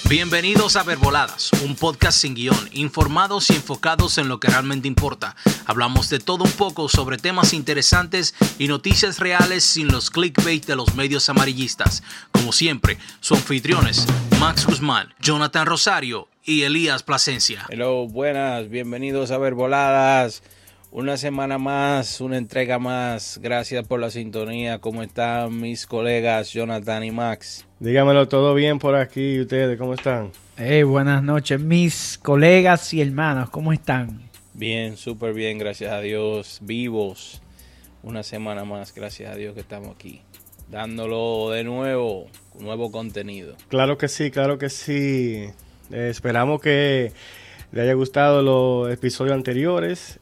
Bienvenidos a Verboladas, un podcast sin guión, informados y enfocados en lo que realmente importa. Hablamos de todo un poco sobre temas interesantes y noticias reales sin los clickbait de los medios amarillistas. Como siempre, sus anfitriones, Max Guzmán, Jonathan Rosario y Elías Plasencia. Hello, buenas, bienvenidos a Verboladas. Una semana más, una entrega más. Gracias por la sintonía. ¿Cómo están mis colegas Jonathan y Max? Dígamelo, todo bien por aquí. ¿Y ustedes cómo están? Buenas noches, mis colegas y hermanos. ¿Cómo están? Bien, súper bien, gracias a Dios. Vivos. Una semana más, gracias a Dios que estamos aquí. Dándolo de nuevo, nuevo contenido. Claro que sí, claro que sí. Esperamos que le haya gustado los episodios anteriores.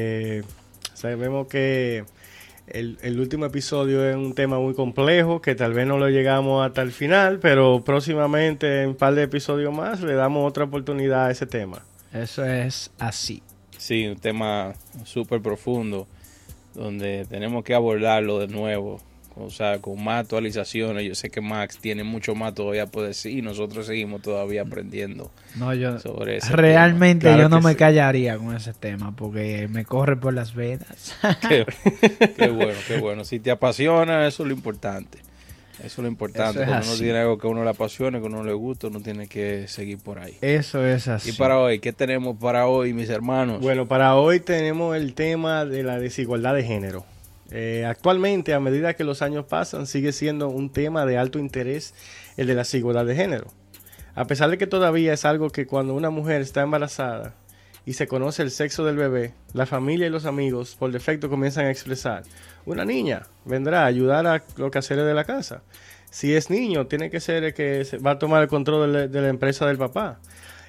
Sabemos que el último episodio es un tema muy complejo, que tal vez no lo llegamos hasta el final, pero próximamente en un par de episodios más le damos otra oportunidad a ese tema. Eso es así. Sí, un tema súper profundo, donde tenemos que abordarlo de nuevo. O sea, con más actualizaciones. Yo sé que Max tiene mucho más todavía por decir y nosotros seguimos todavía aprendiendo sobre ese realmente tema. Claro, yo no me sí. callaría con ese tema porque me corre por las venas. Qué bueno. Si te apasiona, eso es lo importante. Eso es lo importante. Cuando uno tiene algo que a uno le apasione, que a uno le gusta, uno tiene que seguir por ahí. Eso es así. Y para hoy, ¿qué tenemos para hoy, mis hermanos? Bueno, para hoy tenemos el tema de la desigualdad de género. Actualmente, a medida que los años pasan, sigue siendo un tema de alto interés el de la desigualdad de género. A pesar de que todavía es algo que cuando una mujer está embarazada y se conoce el sexo del bebé, la familia y los amigos por defecto comienzan a expresar: una niña vendrá a ayudar a los quehaceres de la casa. Si es niño, tiene que ser el que va a tomar el control de la empresa del papá.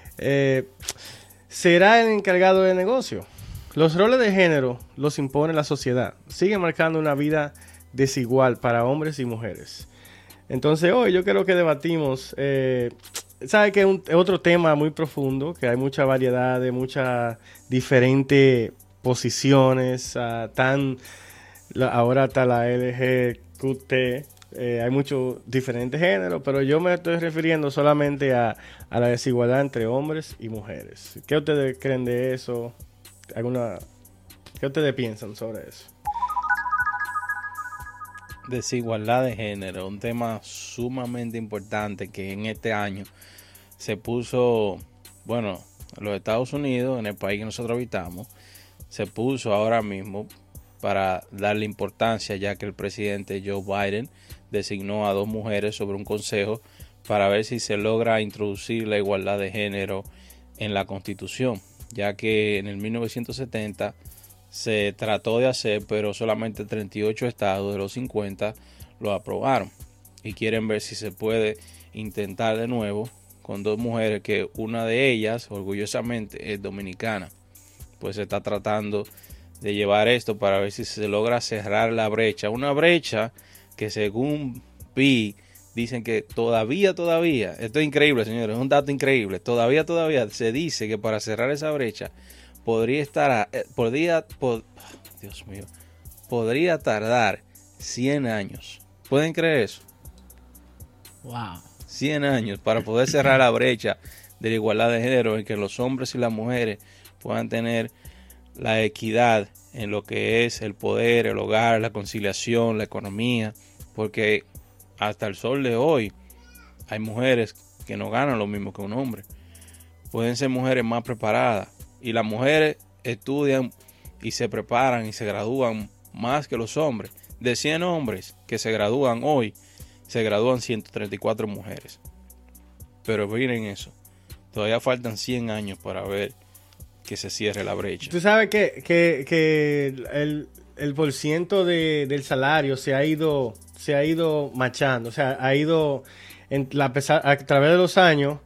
Será el encargado de negocio. Los roles de género los impone la sociedad. Sigue marcando una vida desigual para hombres y mujeres. Entonces hoy yo creo que debatimos, sabe que es otro tema muy profundo, que hay mucha variedad de muchas diferentes posiciones, ahora está la LGQT, hay muchos diferentes géneros, pero yo me estoy refiriendo solamente a la desigualdad entre hombres y mujeres. ¿Qué ustedes creen de eso? ¿Qué ustedes piensan sobre eso? Desigualdad de género, un tema sumamente importante que en este año se puso, bueno, en los Estados Unidos, en el país que nosotros habitamos, se puso ahora mismo para darle importancia, ya que el presidente Joe Biden designó a 2 mujeres sobre un consejo para ver si se logra introducir la igualdad de género en la Constitución, ya que en el 1970 se trató de hacer, pero solamente 38 estados de los 50 lo aprobaron y quieren ver si se puede intentar de nuevo con 2 mujeres, que una de ellas orgullosamente es dominicana. Pues se está tratando de llevar esto para ver si se logra cerrar la brecha, una brecha que según vi dicen que todavía, esto es increíble, señores, es un dato increíble, todavía se dice que para cerrar esa brecha podría tardar 100 años. ¿Pueden creer eso? Wow. 100 años para poder cerrar la brecha de la igualdad de género, en que los hombres y las mujeres puedan tener la equidad en lo que es el poder, el hogar, la conciliación, la economía, porque hasta el sol de hoy hay mujeres que no ganan lo mismo que un hombre. Pueden ser mujeres más preparadas y las mujeres estudian y se preparan y se gradúan más que los hombres. De 100 hombres que se gradúan hoy, se gradúan 134 mujeres. Pero miren eso, todavía faltan 100 años para ver que se cierre la brecha. Tú sabes que el porciento del salario se ha ido machando, o sea, ha ido a través de los años,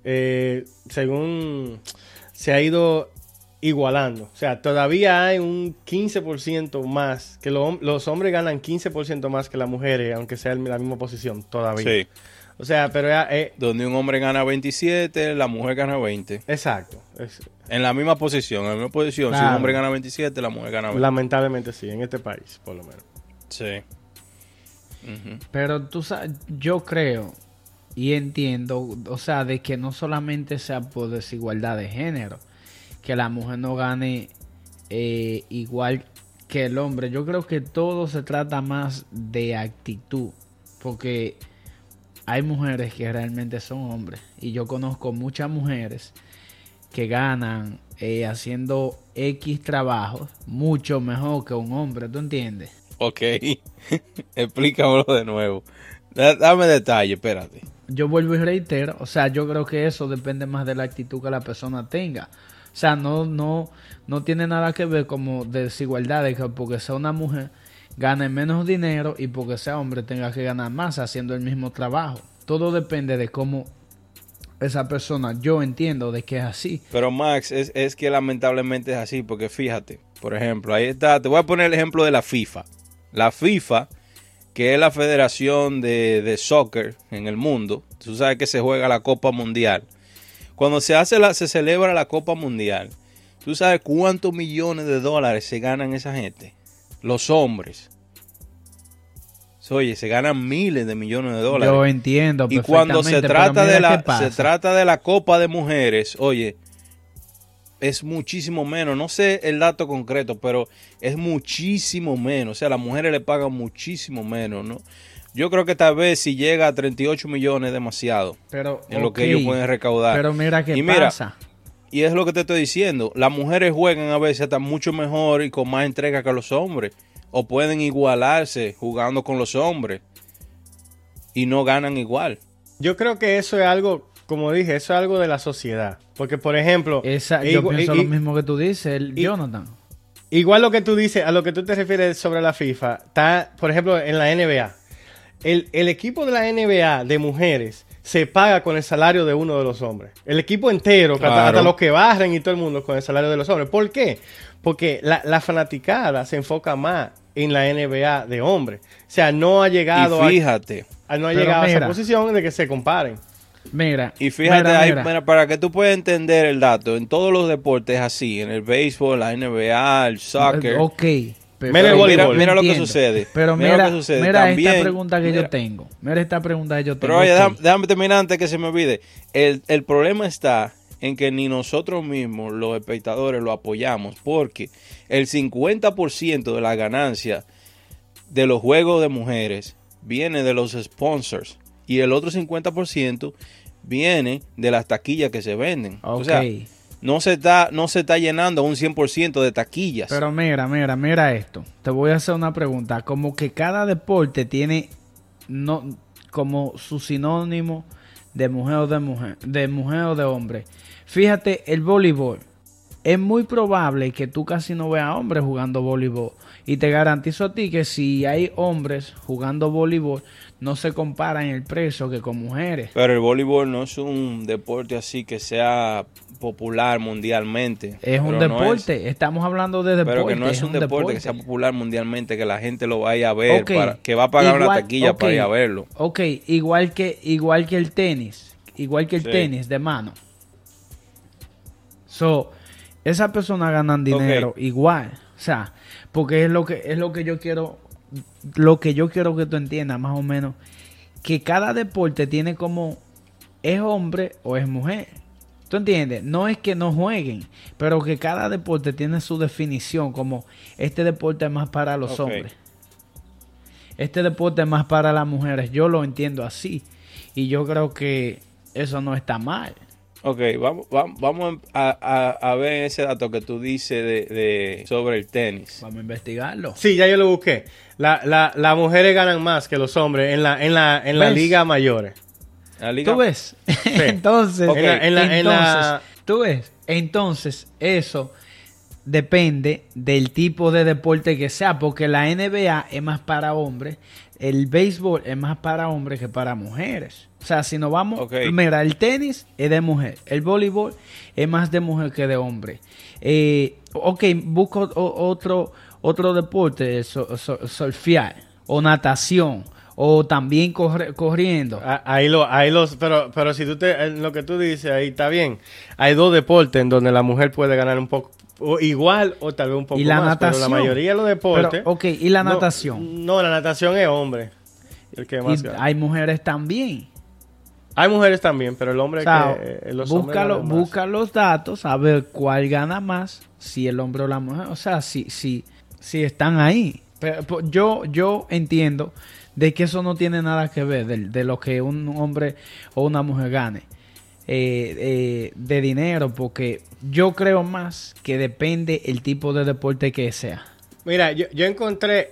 según se ha ido igualando. O sea, todavía hay un 15% más, que los hombres ganan 15% más que las mujeres, aunque sea en la misma posición, todavía. Sí. O sea, pero donde un hombre gana 27, la mujer gana 20. Exacto. En la misma posición, Claro. Si un hombre gana 27, la mujer gana 20. Lamentablemente sí, en este país, por lo menos. Sí. Uh-huh. Pero tú sabes, yo creo, y entiendo, o sea, de que no solamente sea por desigualdad de género, que la mujer no gane igual que el hombre. Yo creo que todo se trata más de actitud, porque hay mujeres que realmente son hombres, y yo conozco muchas mujeres que ganan haciendo X trabajos mucho mejor que un hombre, ¿tú entiendes? Ok, explícamelo de nuevo. Dame detalle, espérate. Yo vuelvo y reitero, o sea, yo creo que eso depende más de la actitud que la persona tenga. O sea, no tiene nada que ver como de desigualdad, de que porque sea una mujer gane menos dinero y porque sea hombre tenga que ganar más haciendo el mismo trabajo. Todo depende de cómo esa persona, yo entiendo de que es así. Pero Max, es que lamentablemente es así, porque fíjate, por ejemplo, ahí está, te voy a poner el ejemplo de la FIFA. La FIFA, que es la federación de soccer en el mundo, tú sabes que se juega la Copa Mundial. Cuando se celebra la Copa Mundial, ¿tú sabes cuántos millones de dólares se ganan esa gente? Los hombres. Oye, se ganan miles de millones de dólares. Yo entiendo y cuando se trata de la Copa de Mujeres, oye, es muchísimo menos. No sé el dato concreto, pero es muchísimo menos. O sea, las mujeres le pagan muchísimo menos, ¿no? Yo creo que tal vez si llega a 38 millones es demasiado. Pero, en lo que ellos pueden recaudar. Pero mira qué pasa. Y es lo que te estoy diciendo. Las mujeres juegan a veces hasta mucho mejor y con más entrega que los hombres. O pueden igualarse jugando con los hombres. Y no ganan igual. Yo creo que eso es algo, como dije, eso es algo de la sociedad. Porque, por ejemplo... yo pienso lo mismo que tú dices, Jonathan. Igual lo que tú dices, a lo que tú te refieres sobre la FIFA, está, por ejemplo, en la NBA. El equipo de la NBA de mujeres se paga con el salario de uno de los hombres. El equipo entero, claro. hasta los que barren y todo el mundo con el salario de los hombres. ¿Por qué? Porque la fanaticada se enfoca más en la NBA de hombres. O sea, no ha llegado a esa posición de que se comparen. Mira. Y fíjate, mira, para que tú puedas entender el dato, en todos los deportes es así, en el béisbol, la NBA, el soccer. Ok. Mira lo que sucede. Pero mira también, esta pregunta que yo tengo. Mira esta pregunta que yo tengo. Pero oye, déjame terminar antes que se me olvide. El problema está en que ni nosotros mismos, los espectadores, lo apoyamos, porque el 50% de la ganancia de los juegos de mujeres viene de los sponsors y el otro 50% viene de las taquillas que se venden. Okay. O sea, no se está llenando un 100% de taquillas. Pero mira esto. Te voy a hacer una pregunta. Como que cada deporte tiene como su sinónimo de mujer o de hombre. Fíjate, el voleibol. Es muy probable que tú casi no veas hombres jugando voleibol. Y te garantizo a ti que si hay hombres jugando voleibol, no se compara en el precio que con mujeres. Pero el voleibol no es un deporte así que sea popular mundialmente. Es un deporte. Estamos hablando de deporte. Pero que no es un deporte que sea popular mundialmente, que la gente lo vaya a ver, que va a pagar una taquilla para ir a verlo. Ok, igual que el tenis. Igual que el tenis de mano. Esas personas ganan dinero igual. O sea, porque es lo que yo quiero que tú entiendas más o menos, que cada deporte tiene como es hombre o es mujer. ¿Tú entiendes? No es que no jueguen, pero que cada deporte tiene su definición, como este deporte es más para los hombres. Este deporte es más para las mujeres. Yo lo entiendo así. Y yo creo que eso no está mal. Ok, vamos a ver ese dato que tú dices sobre el tenis. Vamos a investigarlo. Sí, ya yo lo busqué. Las mujeres ganan más que los hombres en la liga mayores. ¿Tú ves? Sí. Entonces, ¿tú ves? Entonces, eso depende del tipo de deporte que sea, porque la NBA es más para hombres, el béisbol es más para hombres que para mujeres. O sea, si nos vamos, mira, el tenis es de mujer, el voleibol es más de mujer que de hombre. Busco otro deporte, surfear o natación. O también corriendo. Pero si lo que tú dices ahí está bien. Hay dos deportes en donde la mujer puede ganar un poco igual o tal vez un poco ¿Y la más. Natación? Pero la mayoría de los deportes. ¿Y la natación? No, la natación es hombre. El que más gana. Hay mujeres también. Hay mujeres también, pero el hombre O sea, los hombres ganan más. busca los datos, a ver cuál gana más, si el hombre o la mujer. O sea, si están ahí. Pero, yo entiendo de que eso no tiene nada que ver de lo que un hombre o una mujer gane de dinero, porque yo creo más que depende el tipo de deporte que sea. Mira, yo encontré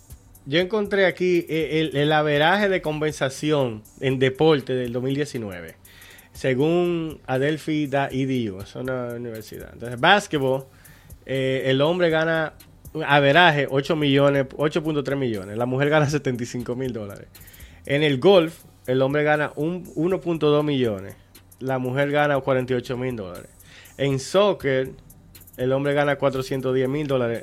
aquí el averaje de compensación en deporte del 2019, según Adelphi.edu, es una universidad. Entonces, básquetbol, el hombre gana averaje 8.3 millones, la mujer gana $75,000. En el golf, el hombre gana 1.2 millones, la mujer gana $48,000. En soccer, el hombre gana $410,000.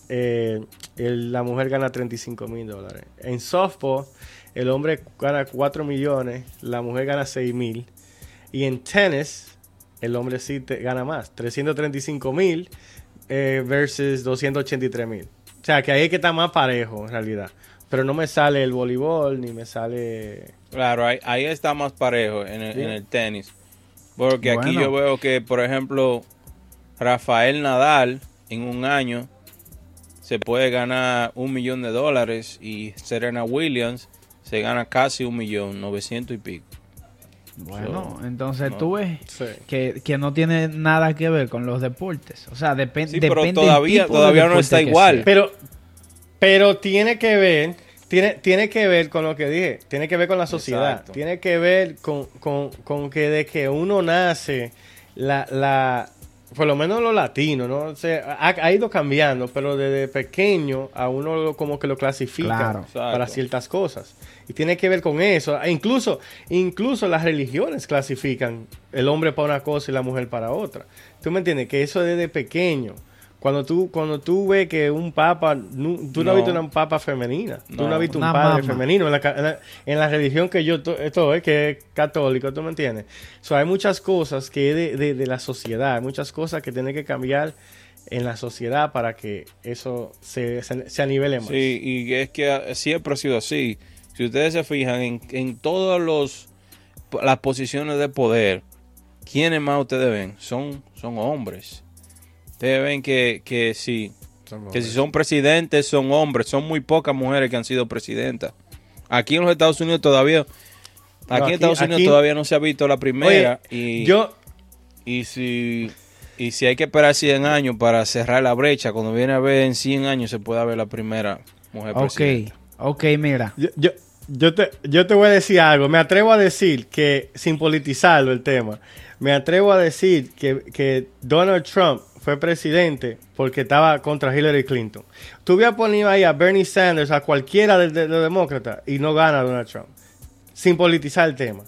La mujer gana $35,000. En softball, el hombre gana 4 millones, la mujer gana 6,000. Y en tenis, el hombre sí gana más, 335,000 versus 283,000. O sea, que ahí es que está más parejo en realidad. Pero no me sale el voleibol, ni me sale... Claro, ahí está más parejo en el tenis. Porque aquí Bueno. yo veo que, por ejemplo, Rafael Nadal en un año se puede ganar $1 millón y Serena Williams se gana casi 1.900.000 y pico. Bueno, entonces no. tú ves Sí. que no tiene nada que ver con los deportes. O sea, depende. Sí, pero depende todavía del tipo de no deporte está que igual. sea. Pero tiene que ver, tiene que ver con lo que dije, tiene que ver con la sociedad, Exacto. tiene que ver con que de que uno nace, por lo menos los latinos, ¿no? O sea, ha ido cambiando, pero desde pequeño a uno como que lo clasifica Claro. para Exacto. ciertas cosas. Y tiene que ver con eso. E incluso las religiones clasifican el hombre para una cosa y la mujer para otra. ¿Tú me entiendes? Que eso desde pequeño. Cuando tú ves que un papa, tú no has visto una papa femenina, tú no has visto un Una padre mama. femenino en la religión que yo estoy, que es católico, ¿tú me entiendes? So, hay muchas cosas que de la sociedad, hay muchas cosas que tienen que cambiar en la sociedad para que eso se anivele más. Sí, y es que siempre ha sido así. Si ustedes se fijan en todas las posiciones de poder, ¿quiénes más ustedes ven? Son hombres. Ustedes ven que si son presidentes, son hombres. Son muy pocas mujeres que han sido presidentas. Aquí en los Estados Unidos todavía... Aquí en Estados Unidos todavía no se ha visto la primera. Y si hay que esperar 100 años para cerrar la brecha, cuando viene a ver en 100 años se puede ver la primera mujer presidenta. Ok, mira. Yo te voy a decir algo. Me atrevo a decir que, sin politizarlo el tema, me atrevo a decir que Donald Trump fue presidente porque estaba contra Hillary Clinton. Tú hubieras ponido ahí a Bernie Sanders, a cualquiera de los demócratas, y no gana Donald Trump. Sin politizar el tema.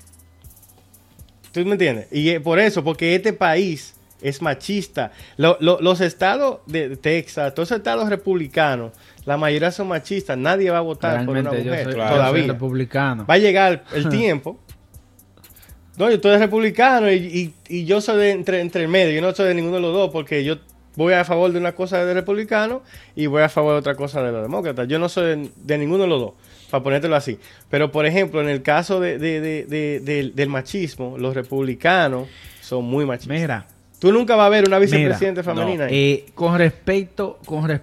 ¿Tú me entiendes? Y por eso, porque este país es machista. Los estados de Texas, todos los estados republicanos, la mayoría son machistas. Nadie va a votar por una Realmente mujer yo soy todavía. republicano. Va a llegar el tiempo. No, yo soy republicano y yo soy de entre el medio. Yo no soy de ninguno de los dos porque yo voy a favor de una cosa de republicano y voy a favor de otra cosa de los demócratas. Yo no soy de ninguno de los dos, para ponértelo así. Pero, por ejemplo, en el caso del machismo, los republicanos son muy machistas. Mira, Tú nunca vas a ver una vicepresidenta femenina. con respecto,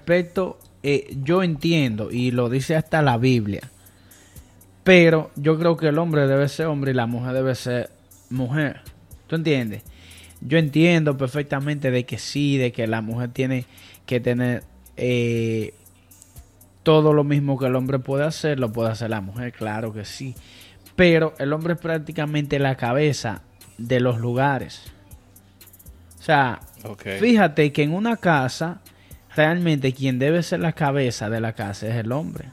yo entiendo, y lo dice hasta la Biblia, pero yo creo que el hombre debe ser hombre y la mujer debe ser mujer. ¿Tú entiendes? Yo entiendo perfectamente de que sí, de que la mujer tiene que tener todo lo mismo que el hombre puede hacer, lo puede hacer la mujer, claro que sí. Pero el hombre es prácticamente la cabeza de los lugares. O sea, fíjate que en una casa, realmente quien debe ser la cabeza de la casa es el hombre.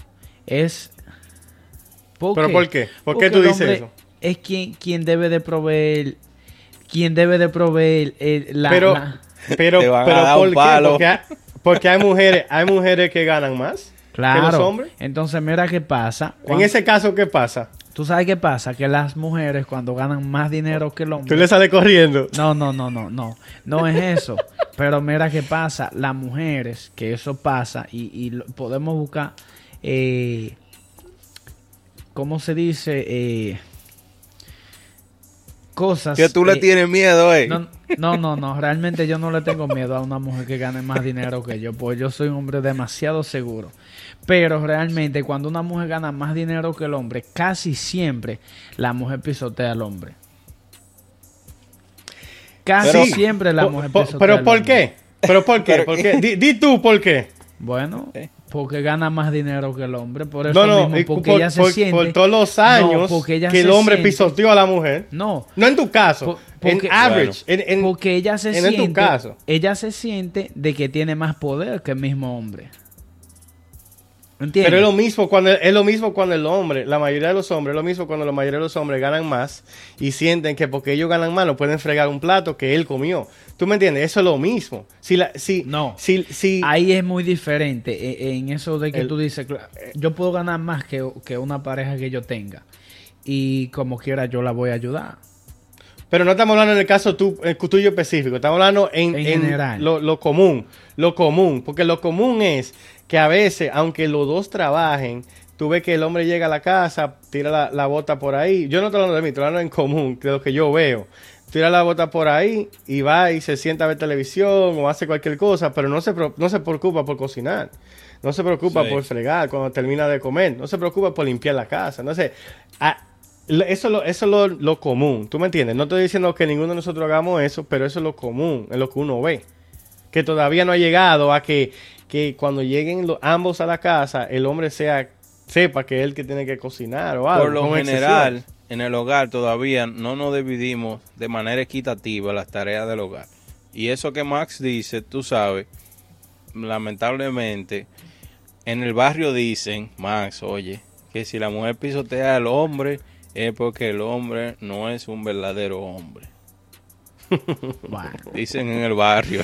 ¿Pero por qué? ¿Por qué Porque tú el dices hombre eso? Es quien debe de proveer, Pero Te van a dar ¿por un qué? palo. Porque hay mujeres que ganan más que los Claro. hombres. Entonces, mira qué pasa. En ese caso, ¿qué pasa? ¿Tú sabes qué pasa? Que las mujeres cuando ganan más dinero que el hombre... Tú le sales corriendo. No es eso. Pero mira qué pasa. Las mujeres, que eso pasa podemos buscar... ¿cómo se dice? cosas... Que tú le tienes miedo, No, realmente yo no le tengo miedo a una mujer que gane más dinero que yo, pues yo soy un hombre demasiado seguro. Pero realmente cuando una mujer gana más dinero que el hombre, casi siempre la mujer pisotea al hombre. Casi siempre la mujer pisotea ¿Pero al por hombre. qué? ¿Pero por qué? ¿Por qué? Di tú por qué. Bueno, porque gana más dinero que el hombre. Por eso mismo, porque ella se siente... Por todos los años que el hombre pisoteó a la mujer. No en tu caso. Porque, en average. Porque ella se siente... En tu caso. Ella se siente de que tiene más poder que el mismo hombre. ¿Entiendes? Pero es lo mismo cuando el hombre, la mayoría de los hombres, es lo mismo cuando la mayoría de los hombres ganan más y sienten que porque ellos ganan más no pueden fregar un plato que él comió. ¿Tú me entiendes? Eso es lo mismo. Ahí es muy diferente en eso de que tú dices, yo puedo ganar más que una pareja que yo tenga y como quiera yo la voy a ayudar. Pero no estamos hablando en el caso tuyo específico, estamos hablando en general. Lo común, porque lo común es que a veces, aunque los dos trabajen, tú ves que el hombre llega a la casa, tira la bota por ahí. Yo no estoy hablando de mí, estoy hablando en común, de lo que yo veo. Tira la bota por ahí y va y se sienta a ver televisión o hace cualquier cosa, pero no se preocupa por cocinar. No se preocupa por fregar cuando termina de comer. No se preocupa por limpiar la casa. No sé. Eso es lo común. ¿Tú me entiendes? No estoy diciendo que ninguno de nosotros hagamos eso, pero eso es lo común, es lo que uno ve. Que todavía no ha llegado a que cuando lleguen ambos a la casa, el hombre sepa que es el que tiene que cocinar o algo. Por lo general, en el hogar todavía no nos dividimos de manera equitativa las tareas del hogar. Y eso que Max dice, tú sabes, lamentablemente, en el barrio dicen, Max, oye, que si la mujer pisotea al hombre es porque el hombre no es un verdadero hombre. Bueno, dicen en el barrio.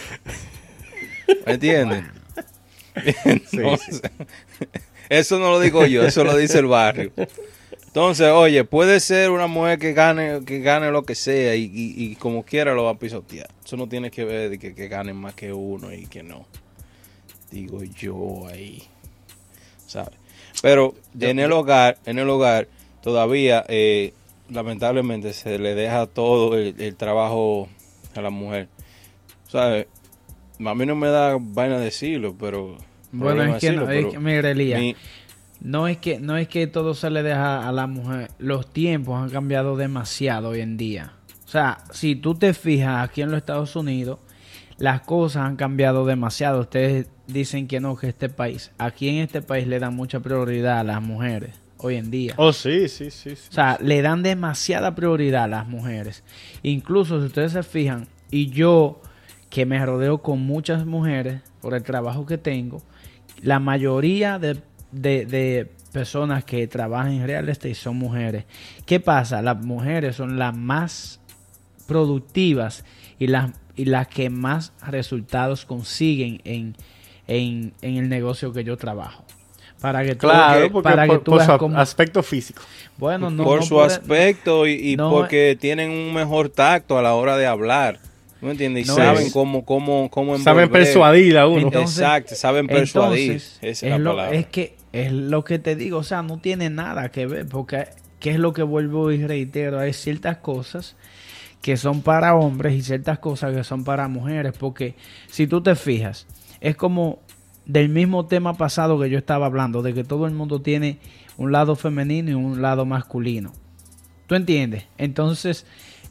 ¿Me entiendes? Bueno. Entonces, eso no lo digo yo, eso lo dice el barrio. Entonces, oye, puede ser una mujer que gane lo que sea y como quiera lo va a pisotear. Eso no tiene que ver de que ganen más que uno y que no. Digo yo ahí, ¿sabes? Pero en el hogar todavía, lamentablemente, se le deja todo el trabajo a la mujer. ¿Sabes? A mí no me da vaina decirlo, pero... Bueno, es que mira, Elías, no es que todo se le deja a la mujer. Los tiempos han cambiado demasiado hoy en día. O sea, si tú te fijas aquí en los Estados Unidos, las cosas han cambiado demasiado. Ustedes dicen que no, que aquí en este país le dan mucha prioridad a las mujeres hoy en día. Oh, sí. O sea, le dan demasiada prioridad a las mujeres. Incluso si ustedes se fijan, y yo que me rodeo con muchas mujeres por el trabajo que tengo, la mayoría de personas que trabajan en real estate son mujeres. ¿Qué pasa? Las mujeres son las más productivas y las que más resultados consiguen en el negocio que yo trabajo. Para que tú, por su aspecto físico. Bueno, por su aspecto y porque tienen un mejor tacto a la hora de hablar. ¿No entiendes? Y saben cómo envolver. Saben persuadir a uno. Exacto, saben persuadir. Esa es la palabra. Es que es lo que te digo, o sea, no tiene nada que ver, porque ¿qué es lo que vuelvo y reitero? Hay ciertas cosas que son para hombres y ciertas cosas que son para mujeres, porque si tú te fijas, es como del mismo tema pasado que yo estaba hablando, de que todo el mundo tiene un lado femenino y un lado masculino. ¿Tú entiendes? Entonces,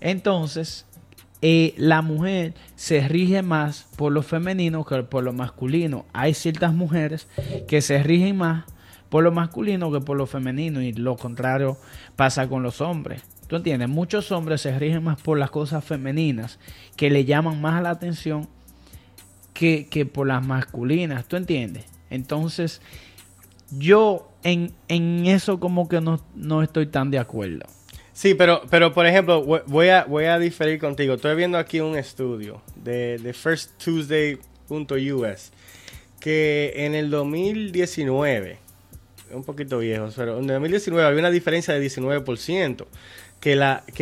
la mujer se rige más por lo femenino que por lo masculino. Hay ciertas mujeres que se rigen más por lo masculino que por lo femenino, y lo contrario pasa con los hombres. ¿Tú entiendes? Muchos hombres se rigen más por las cosas femeninas que le llaman más la atención que por las masculinas. ¿Tú entiendes? Entonces, yo en eso como que no estoy tan de acuerdo. Sí, pero por ejemplo, voy a diferir contigo. Estoy viendo aquí un estudio de firsttuesday.us que en el 2019, un poquito viejo, pero en el 2019 había una diferencia de 19%, que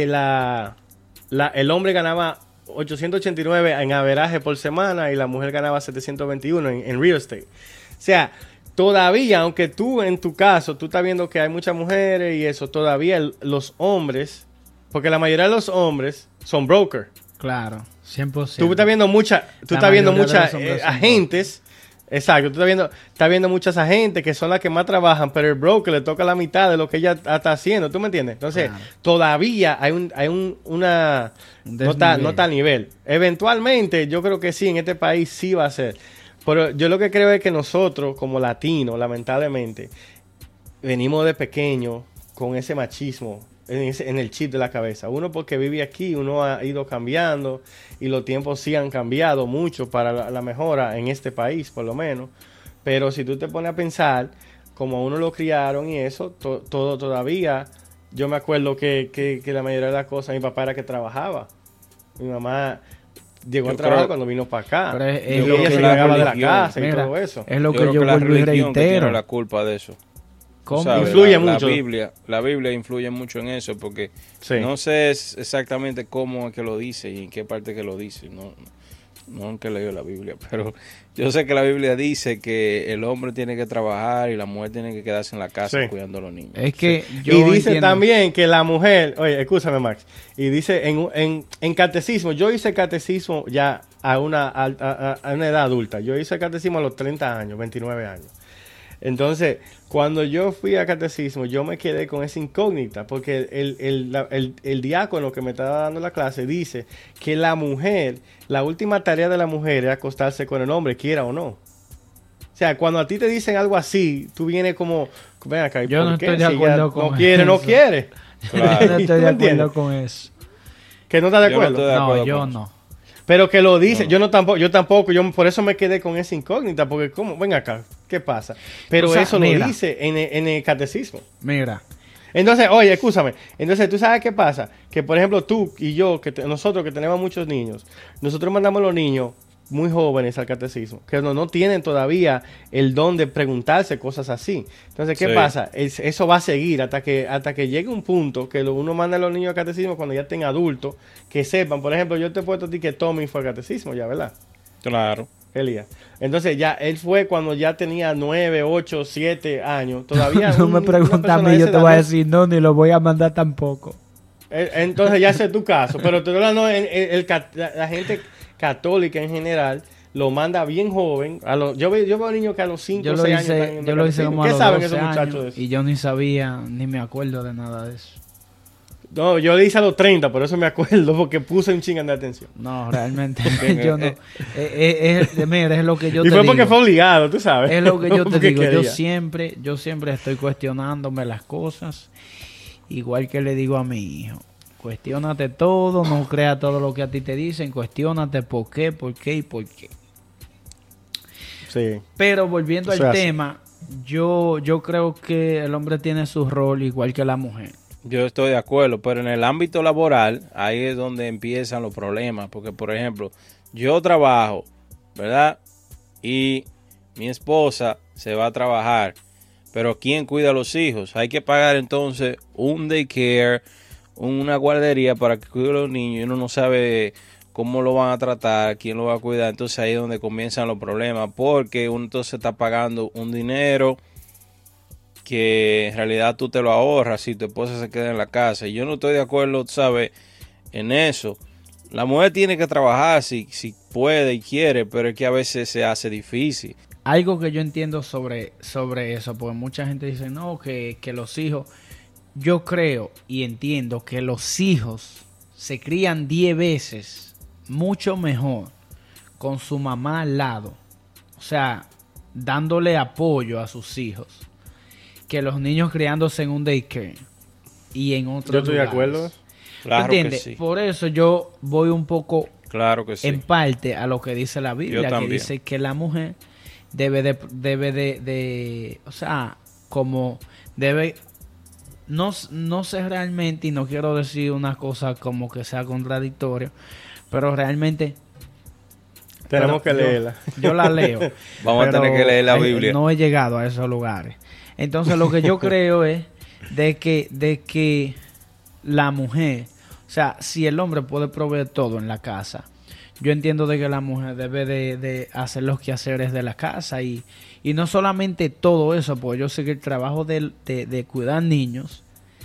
el hombre ganaba 889 en averaje por semana y la mujer ganaba 721 en real estate. O sea, todavía, aunque tú en tu caso, tú estás viendo que hay muchas mujeres y eso, todavía los hombres Porque la mayoría de los hombres son brokers. Claro, 100%. Tú estás viendo muchas agentes. Exacto, tú estás viendo muchas agentes que son las que más trabajan, pero el broker le toca la mitad de lo que ella está haciendo, ¿tú me entiendes? Entonces, todavía hay una no está a nivel. Eventualmente, yo creo que sí, en este país sí va a ser. Pero yo lo que creo es que nosotros, como latinos, lamentablemente, venimos de pequeño con ese machismo en el chip de la cabeza. Uno porque vive aquí, uno ha ido cambiando y los tiempos sí han cambiado mucho para la mejora en este país, por lo menos. Pero si tú te pones a pensar, como a uno lo criaron y eso, todo todavía, yo me acuerdo que la mayoría de las cosas, mi papá era que trabajaba. Mi mamá llegó a trabajar cuando vino para acá. Pero y ella se encargaba de la casa y todo eso. Es lo que yo vuelvo y reitero. Tiene la culpa de eso. Sabes, influye mucho. La Biblia influye mucho en eso porque no sé exactamente cómo es que lo dice y en qué parte que lo dice. No es que leo la Biblia, pero yo sé que la Biblia dice que el hombre tiene que trabajar y la mujer tiene que quedarse en la casa cuidando a los niños. Es que y dice también que la mujer, oye, escúchame Max, y dice en catecismo, yo hice catecismo ya a una edad adulta, yo hice catecismo a los 30 años, 29 años. Entonces, cuando yo fui a catecismo, yo me quedé con esa incógnita, porque el diácono que me estaba dando la clase dice que la mujer, la última tarea de la mujer es acostarse con el hombre, quiera o no. O sea, cuando a ti te dicen algo así, tú vienes como, ven acá, yo no estoy de acuerdo con eso. No quiere, no quiere. Claro. Yo no estoy de acuerdo con eso. ¿Que no estás de acuerdo? No, yo no. Pero que lo dice, yo tampoco, yo por eso me quedé con esa incógnita, porque ¿cómo? Ven acá, ¿qué pasa? Pero eso lo dice en el catecismo. Mira. Entonces, oye, escúchame, entonces tú sabes qué pasa, que por ejemplo tú y yo, nosotros que tenemos muchos niños, nosotros mandamos a los niños muy jóvenes al catecismo, que no tienen todavía el don de preguntarse cosas así. Entonces, ¿qué pasa? Eso va a seguir hasta que llegue un punto que uno manda a los niños al catecismo cuando ya estén adultos, que sepan. Por ejemplo, yo te he puesto a ti que Tommy fue al catecismo ya, ¿verdad? Claro. Elías. Entonces, ya él fue cuando ya tenía 9, 8, 7 años. Todavía no me preguntas a mí, yo te voy a decir no, ni lo voy a mandar tampoco. Entonces, ya ese es tu caso. Pero te hablando la gente católica en general lo manda bien joven. Yo veo niños que a los 5 o 6 años están yo lo hice como ¿Qué a los saben 12 esos muchachos años, de eso? y yo ni sabía, ni me acuerdo de nada de eso. No, yo le hice a los 30, por eso me acuerdo, porque puse un chingan de atención. No, realmente yo no. Mira, es lo que yo te digo. Y fue porque fue obligado, tú sabes. Es lo que yo te digo. Quería. Yo siempre estoy cuestionándome las cosas, igual que le digo a mi hijo. Cuestiónate todo, no creas todo lo que a ti te dicen, cuestiónate por qué y por qué. Sí. Pero volviendo al tema, yo creo que el hombre tiene su rol igual que la mujer. Yo estoy de acuerdo, pero en el ámbito laboral, ahí es donde empiezan los problemas, porque por ejemplo, yo trabajo, ¿verdad? Y mi esposa se va a trabajar, pero ¿quién cuida a los hijos? Hay que pagar entonces un daycare, una guardería para que cuide a los niños y uno no sabe cómo lo van a tratar, quién lo va a cuidar. Entonces ahí es donde comienzan los problemas, porque uno entonces está pagando un dinero que en realidad tú te lo ahorras si tu esposa se queda en la casa. Y yo no estoy de acuerdo, ¿sabes?, en eso. La mujer tiene que trabajar si puede y quiere, pero es que a veces se hace difícil. Algo que yo entiendo sobre eso, porque mucha gente dice, no, que los hijos... Yo creo y entiendo que los hijos se crían 10 veces mucho mejor con su mamá al lado. O sea, dándole apoyo a sus hijos, que los niños criándose en un daycare y en otros Yo estoy lugares. de acuerdo. Claro ¿Entiendes? que sí. Por eso yo voy un poco Claro que sí. en parte a lo que dice la Biblia, que también. dice que la mujer debe de o sea, como debe... No sé realmente, y no quiero decir una cosa como que sea contradictoria, pero realmente... Tenemos que leerla. Yo la leo. Vamos a tener que leer la Biblia. No he llegado a esos lugares. Entonces lo que yo creo es de que la mujer, o sea, si el hombre puede proveer todo en la casa, yo entiendo de que la mujer debe de hacer los quehaceres de la casa y no solamente todo eso, porque yo sé que el trabajo de cuidar niños,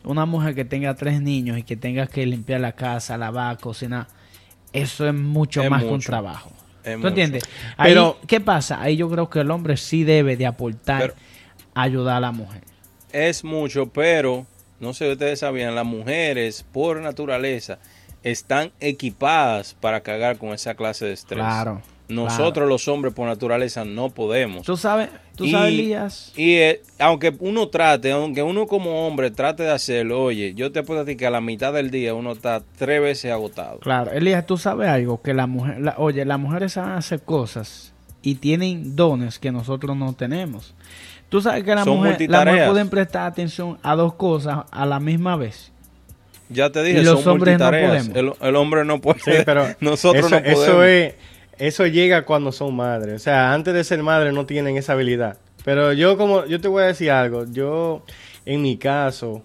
una mujer que tenga 3 niños y que tenga que limpiar la casa, lavar, cocinar, eso es mucho más que un trabajo. ¿Tú entiendes? Ahí, pero, ¿qué pasa? Ahí yo creo que el hombre sí debe de aportar, ayudar a la mujer. Es mucho, pero no sé si ustedes sabían, las mujeres por naturaleza están equipadas para cargar con esa clase de estrés. Claro. Nosotros los hombres por naturaleza no podemos. Tú sabes, Elías. Y aunque uno como hombre trate de hacerlo, oye, yo te puedo decir que a la mitad del día uno está 3 veces agotado. Claro, Elías, tú sabes algo, que las mujeres saben hacer cosas y tienen dones que nosotros no tenemos. Tú sabes que las mujeres pueden prestar atención a 2 cosas a la misma vez. Ya te dije, y los hombres no podemos. El hombre no puede. Sí, pero nosotros no podemos. Eso llega cuando son madres. O sea, antes de ser madre no tienen esa habilidad. Pero yo te voy a decir algo. Yo, en mi caso,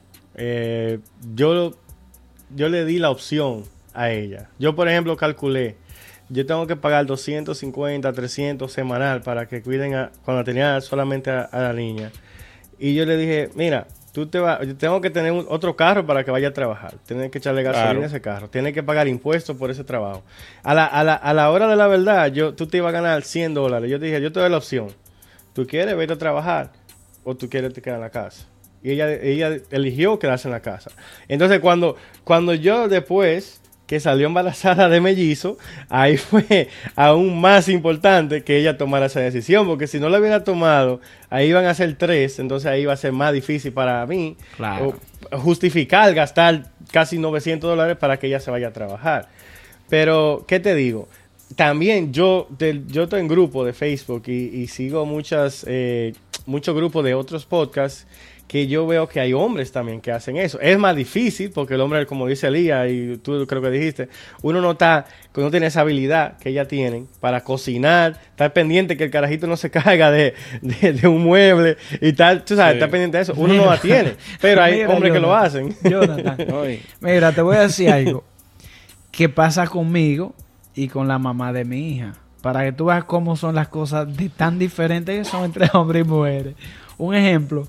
yo le di la opción a ella. Yo, por ejemplo, calculé. Yo tengo que pagar 250, 300 semanal para que cuiden cuando tenía solamente a la niña. Y yo le dije, mira, yo tengo que tener otro carro para que vaya a trabajar. Tienes que echarle gasolina a ese carro. Tienes que pagar impuestos por ese trabajo. A la hora de la verdad, tú te ibas a ganar $100. Yo te dije, yo te doy la opción. ¿Tú quieres vete a trabajar o tú quieres te quedar en la casa? Y ella eligió quedarse en la casa. Entonces, cuando yo después que salió embarazada de mellizo, ahí fue aún más importante que ella tomara esa decisión, porque si no la hubiera tomado, ahí iban a ser 3, entonces ahí iba a ser más difícil para mí justificar gastar casi $900 para que ella se vaya a trabajar. Pero, ¿qué te digo? También yo estoy en grupo de Facebook y sigo muchos grupos de otros podcasts que yo veo que hay hombres también que hacen eso. Es más difícil porque el hombre, como dice Elías y tú creo que dijiste, uno no tiene esa habilidad que ellas tienen para cocinar, estar pendiente que el carajito no se caiga de un mueble y tal, tú sabes, estar pendiente de eso. Uno no la tiene, pero hay hombres que lo hacen. Jonathan, mira, te voy a decir algo que pasa conmigo y con la mamá de mi hija, para que tú veas cómo son las cosas tan diferentes que son entre hombres y mujeres. Un ejemplo,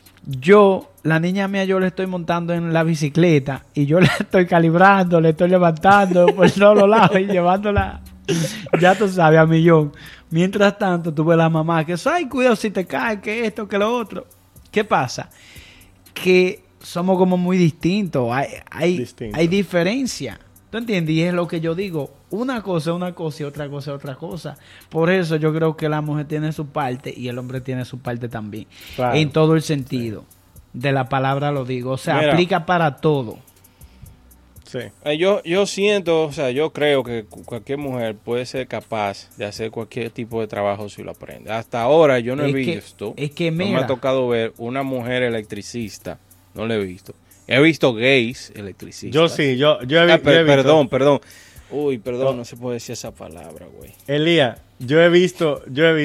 la niña mía, yo le estoy montando en la bicicleta y yo le estoy calibrando, le estoy levantando por todos los lados y llevándola, ya tú sabes, a millón. Mientras tanto, tuve la mamá que, ay, cuidado si te caes, que esto, que lo otro. ¿Qué pasa? Que somos como muy distintos, hay diferencia. ¿Tú entiendes? Y es lo que yo digo. Una cosa es una cosa y otra cosa es otra cosa. Por eso yo creo que la mujer tiene su parte y el hombre tiene su parte también. Claro. En todo el sentido de la palabra lo digo. O sea, aplica para todo. Sí. Yo siento, o sea, yo creo que cualquier mujer puede ser capaz de hacer cualquier tipo de trabajo si lo aprende. Hasta ahora yo no he visto. No me ha tocado ver una mujer electricista. No lo he visto. He visto gays electricistas. Yo sí, yo he visto. Perdón. Uy, perdón, no se puede decir esa palabra, güey. Elías, yo he visto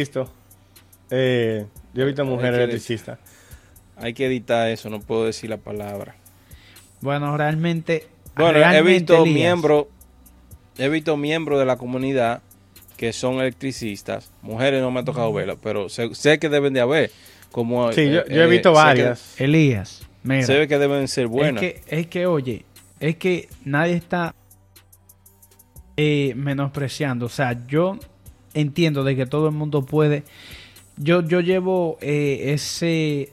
mujeres electricistas. Hay que editar eso, no puedo decir la palabra. Bueno, realmente he visto miembros de la comunidad que son electricistas. Mujeres no me ha tocado verlas, pero sé que deben de haber. Como, sí, yo he visto varias. Elías, mira. Se ve que deben ser buenas. Es que nadie está menospreciando. O sea, yo entiendo de que todo el mundo puede. Yo llevo ese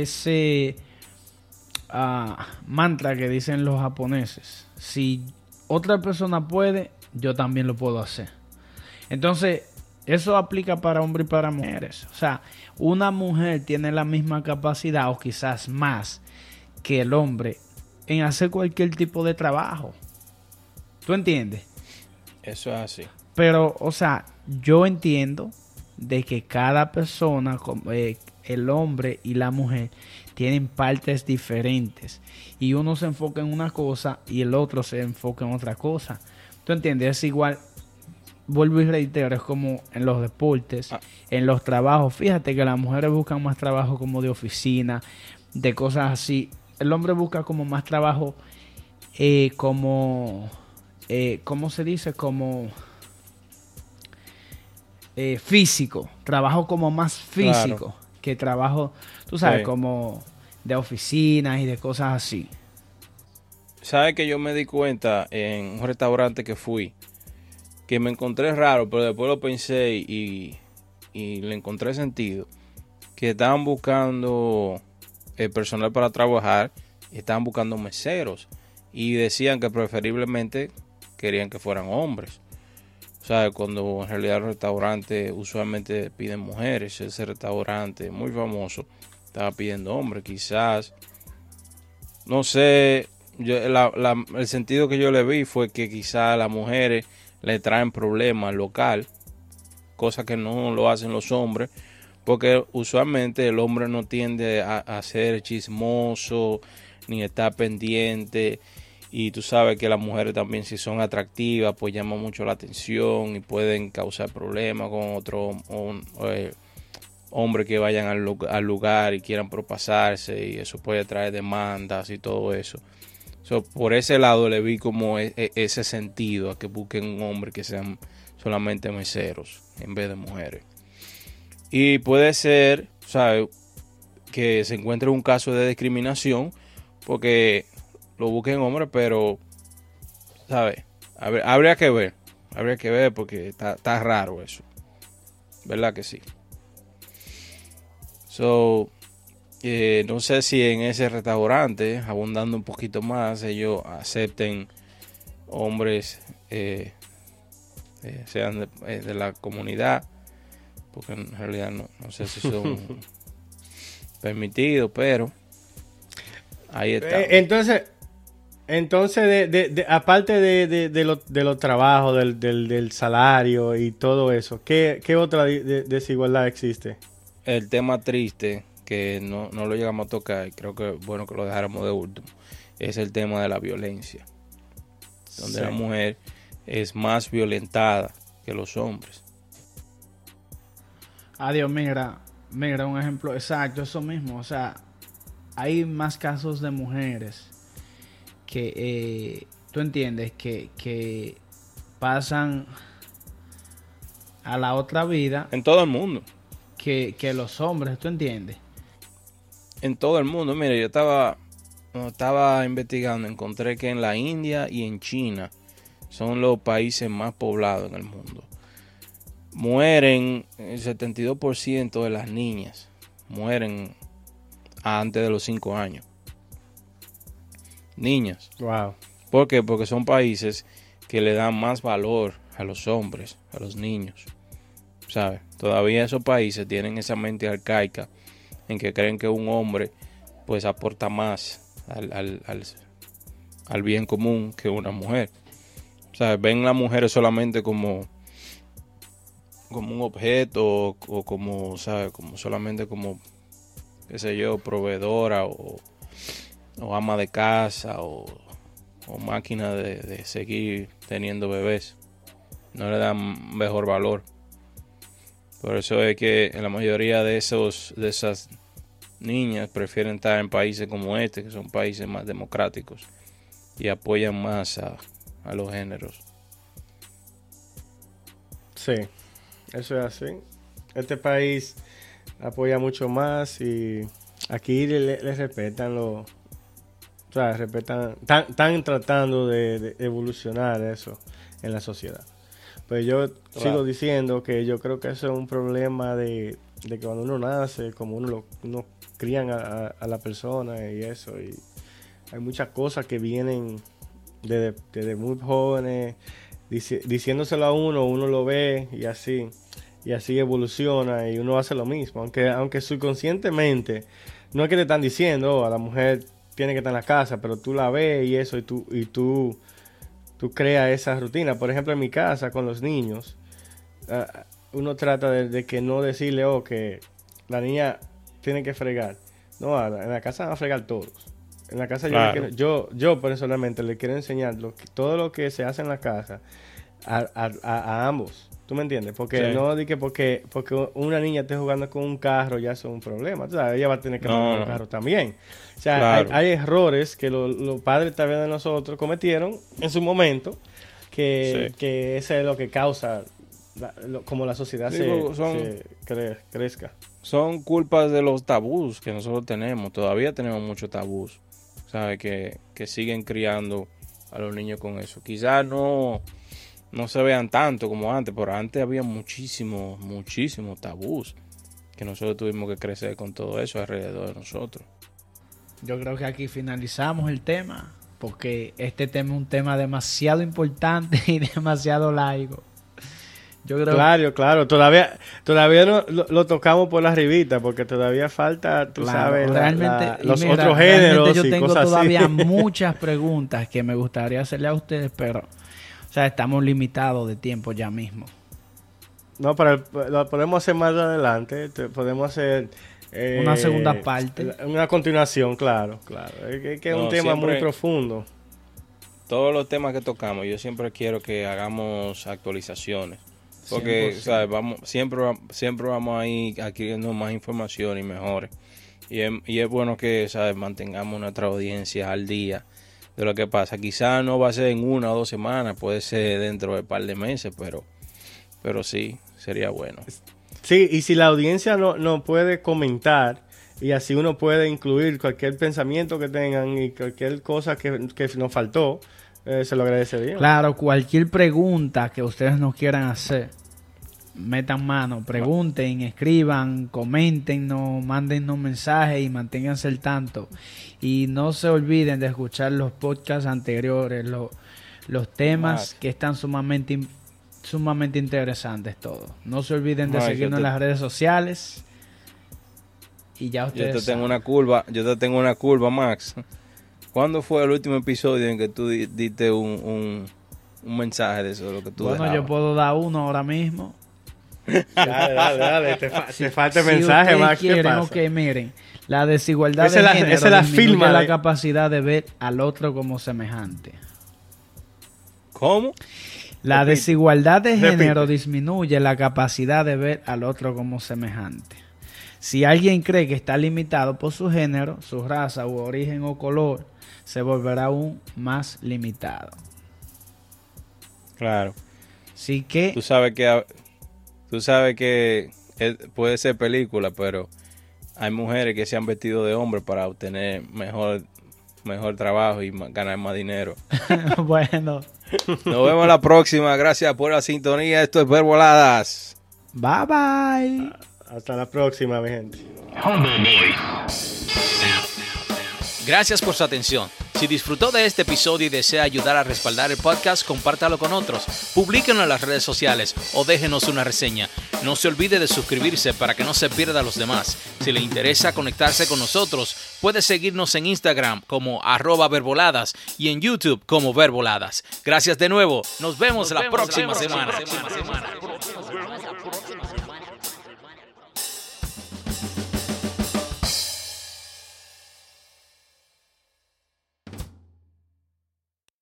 mantra que dicen los japoneses. Si otra persona puede, yo también lo puedo hacer. Entonces, eso aplica para hombres y para mujeres. O sea, una mujer tiene la misma capacidad o quizás más que el hombre en hacer cualquier tipo de trabajo. ¿Tú entiendes? Eso es así. Pero, o sea, yo entiendo de que cada persona, el hombre y la mujer, tienen partes diferentes. Y uno se enfoca en una cosa y el otro se enfoca en otra cosa. ¿Tú entiendes? Es igual, vuelvo y reitero, es como en los deportes, en los trabajos. Fíjate que las mujeres buscan más trabajo como de oficina, de cosas así. El hombre busca como más trabajo ¿cómo se dice? Como físico. Trabajo como más físico que trabajo, tú sabes, como de oficinas y de cosas así. ¿Sabes que yo me di cuenta en un restaurante que fui? Que me encontré raro, pero después lo pensé y le encontré sentido. Que estaban buscando personal para trabajar y estaban buscando meseros. Y decían que preferiblemente querían que fueran hombres. O sea, cuando en realidad los restaurantes usualmente piden mujeres. Ese restaurante muy famoso estaba pidiendo hombres. Quizás, no sé, el sentido que yo le vi fue que quizás las mujeres le traen problemas al local, cosa que no lo hacen los hombres, porque usualmente el hombre no tiende a ser chismoso ni estar pendiente. Y tú sabes que las mujeres también, si son atractivas, pues llaman mucho la atención y pueden causar problemas con otro hombre que vayan al lugar y quieran propasarse, y eso puede traer demandas y todo eso. Por ese lado le vi como ese sentido a que busquen un hombre que sean solamente meseros en vez de mujeres. Y puede ser, ¿sabes?, que se encuentre un caso de discriminación porque lo busquen hombres, pero, ¿sabes? Habría que ver porque está raro eso. ¿Verdad que sí? No sé si en ese restaurante, abundando un poquito más, ellos acepten hombres, sean de la comunidad, porque en realidad no sé si son permitidos, pero ahí está. Entonces, aparte de los trabajos, del salario y todo eso, ¿qué otra desigualdad existe? El tema triste, que no lo llegamos a tocar, y creo que es bueno que lo dejáramos de último, es el tema de la violencia, donde la mujer es más violentada que los hombres. Adiós, mira, un ejemplo exacto, eso mismo. O sea, hay más casos de mujeres que, tú entiendes, que pasan a la otra vida. En todo el mundo. Que los hombres, tú entiendes. En todo el mundo. Mira, yo estaba investigando, encontré que en la India y en China son los países más poblados en el mundo. Mueren el 72% de las niñas mueren antes de los 5 años. Niñas. Wow. ¿Por qué? Porque son países que le dan más valor a los hombres, a los niños. ¿Sabes? Todavía esos países tienen esa mente arcaica en que creen que un hombre pues aporta más al bien común que una mujer. ¿Sabes? Ven a las mujeres solamente como un objeto o como, ¿sabes?, como solamente como, qué sé yo, proveedora o ama de casa o máquina de seguir teniendo bebés. No le dan mejor valor. Por eso es que en la mayoría de esas niñas prefieren estar en países como este, que son países más democráticos y apoyan más a los géneros. Sí, eso es así. Este país apoya mucho más y aquí le respetan o sea, respetan, están tratando de evolucionar eso en la sociedad. Pues yo sigo diciendo que yo creo que eso es un problema de que cuando uno nace, como uno crían a la persona y eso, y hay muchas cosas que vienen desde muy jóvenes, diciéndoselo a uno lo ve y así evoluciona y uno hace lo mismo, aunque subconscientemente no es que te están diciendo, a la mujer tiene que estar en la casa, pero tú la ves y eso, y tú creas esa rutina. Por ejemplo, en mi casa con los niños, uno trata de que no decirle, que la niña tiene que fregar. No, en la casa van a fregar todos. En la casa claro. yo personalmente le quiero enseñar todo lo que se hace en la casa a ambos. ¿Tú me entiendes? Porque sí. No di que porque una niña esté jugando con un carro ya es un problema. O sea, ella va a tener que jugar con un carro también. O sea, claro. hay errores que los padres también de nosotros cometieron en su momento que eso es lo que causa como la sociedad crezca. Son culpas de los tabús que nosotros tenemos. Todavía tenemos muchos tabús. O ¿sabes? Que siguen criando a los niños con eso. Quizás no se vean tanto como antes, pero antes había muchísimos tabús que nosotros tuvimos que crecer con todo eso alrededor de nosotros. Yo creo que aquí finalizamos el tema, porque este tema es un tema demasiado importante y demasiado largo. Yo creo Claro, todavía no, lo tocamos por la ribita, porque todavía falta, tú sabes, los otros géneros. Yo tengo cosas todavía así. muchas preguntas que me gustaría hacerle a ustedes, pero, o sea, estamos limitados de tiempo ya mismo. No, pero lo podemos hacer más adelante. Podemos hacer una segunda parte. Una continuación, claro. Es que es un tema muy profundo. Todos los temas que tocamos, yo siempre quiero que hagamos actualizaciones. Porque, 100%. ¿Sabes? Siempre vamos a ir adquiriendo más información y mejores. Y es bueno que, ¿sabes? Mantengamos nuestra audiencia al día de lo que pasa. Quizás no va a ser en 1 o 2 semanas, puede ser dentro de un par de meses, pero sí, sería bueno. Sí, y si la audiencia no puede comentar, y así uno puede incluir cualquier pensamiento que tengan y cualquier cosa que nos faltó, se lo agradecería. Claro, cualquier pregunta que ustedes nos quieran hacer, metan mano, pregunten, escriban, comenten, mándennos mensajes y manténganse al tanto. Y no se olviden de escuchar los podcasts anteriores, los temas que están sumamente interesantes todos. No se olviden de seguirnos en las redes sociales. Y ya ustedes Yo te tengo una curva, Max. ¿Cuándo fue el último episodio en que tú diste un mensaje de eso? Lo que tú dejabas? Yo puedo dar uno ahora mismo. Dale. Te falta el mensaje, Max. ¿Qué pasa? Okay, miren, la desigualdad de género esa es la firma la capacidad de ver al otro como semejante. ¿Cómo? La desigualdad de género disminuye la capacidad de ver al otro como semejante. Si alguien cree que está limitado por su género, su raza u origen o color, se volverá aún más limitado. Claro. Así que Tú sabes que puede ser película, pero hay mujeres que se han vestido de hombre para obtener mejor trabajo y ganar más dinero. bueno. Nos vemos la próxima. Gracias por la sintonía. Esto es Verboladas. Bye bye. Hasta la próxima, mi gente. Gracias por su atención. Si disfrutó de este episodio y desea ayudar a respaldar el podcast, compártalo con otros, publíquenlo en las redes sociales o déjenos una reseña. No se olvide de suscribirse para que no se pierda a los demás. Si le interesa conectarse con nosotros, puede seguirnos en Instagram como @verboladas y en YouTube como Verboladas. Gracias de nuevo. Nos vemos la próxima semana.